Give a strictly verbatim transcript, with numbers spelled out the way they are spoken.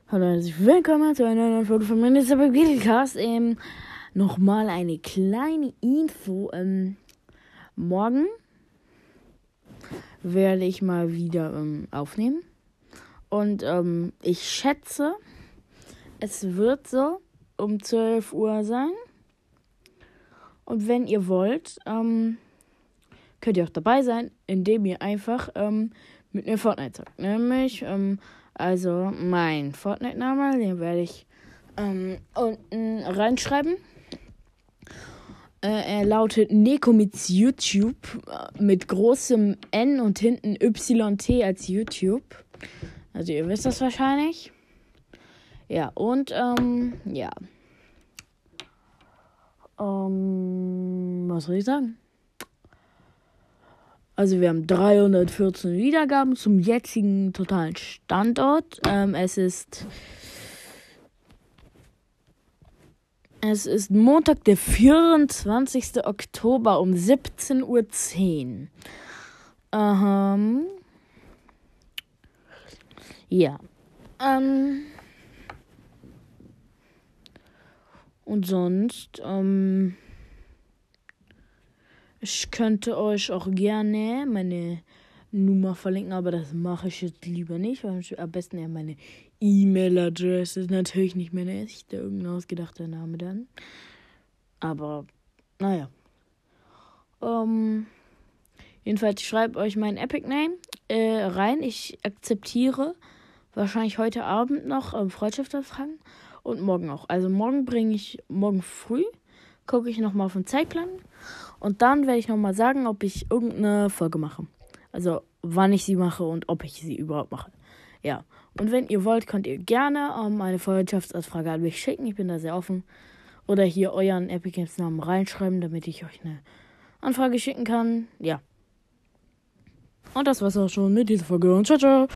Hallo, herzlich willkommen zu einer neuen Folge von meinem Podcast. Ähm, nochmal eine kleine Info. Ähm, morgen werde ich mal wieder ähm, aufnehmen. Und ähm, ich schätze, es wird so um zwölf Uhr sein. Und wenn ihr wollt, ähm, könnt ihr auch dabei sein, indem ihr einfach ähm, mit mir Fortnite zockt. Nämlich, ähm, also mein Fortnite-Name, den werde ich ähm, unten reinschreiben. Äh, er lautet Neko mit YouTube, äh, mit großem N und hinten Y T als YouTube. Also ihr wisst das wahrscheinlich. Ja, und ähm, ja. Ähm, was soll ich sagen? Also wir haben dreihundertvierzehn Wiedergaben zum jetzigen totalen Standort. Ähm, es ist es ist Montag, der vierundzwanzigster Oktober um siebzehn Uhr zehn. Ähm, ja. Ähm, und sonst, ähm, ich könnte euch auch gerne meine Nummer verlinken, aber das mache ich jetzt lieber nicht, weil ich am besten eher meine E-Mail-Adresse ist natürlich nicht meine echte, irgendein ausgedachter Name dann. Aber, naja. Ähm, jedenfalls, ich schreibe euch meinen Epic-Name äh, rein. Ich akzeptiere wahrscheinlich heute Abend noch ähm, Freundschaftsanfragen und morgen auch. Also morgen bringe ich, morgen früh gucke ich nochmal auf den Zeitplan und dann werde ich nochmal sagen, ob ich irgendeine Folge mache. Also wann ich sie mache und ob ich sie überhaupt mache. Ja, und wenn ihr wollt, könnt ihr gerne ähm, eine Freundschaftsanfrage an mich schicken. Ich bin da sehr offen. Oder hier euren Epic Games Namen reinschreiben, damit ich euch eine Anfrage schicken kann. Ja. Und das war's auch schon mit dieser Folge. Und ciao, ciao.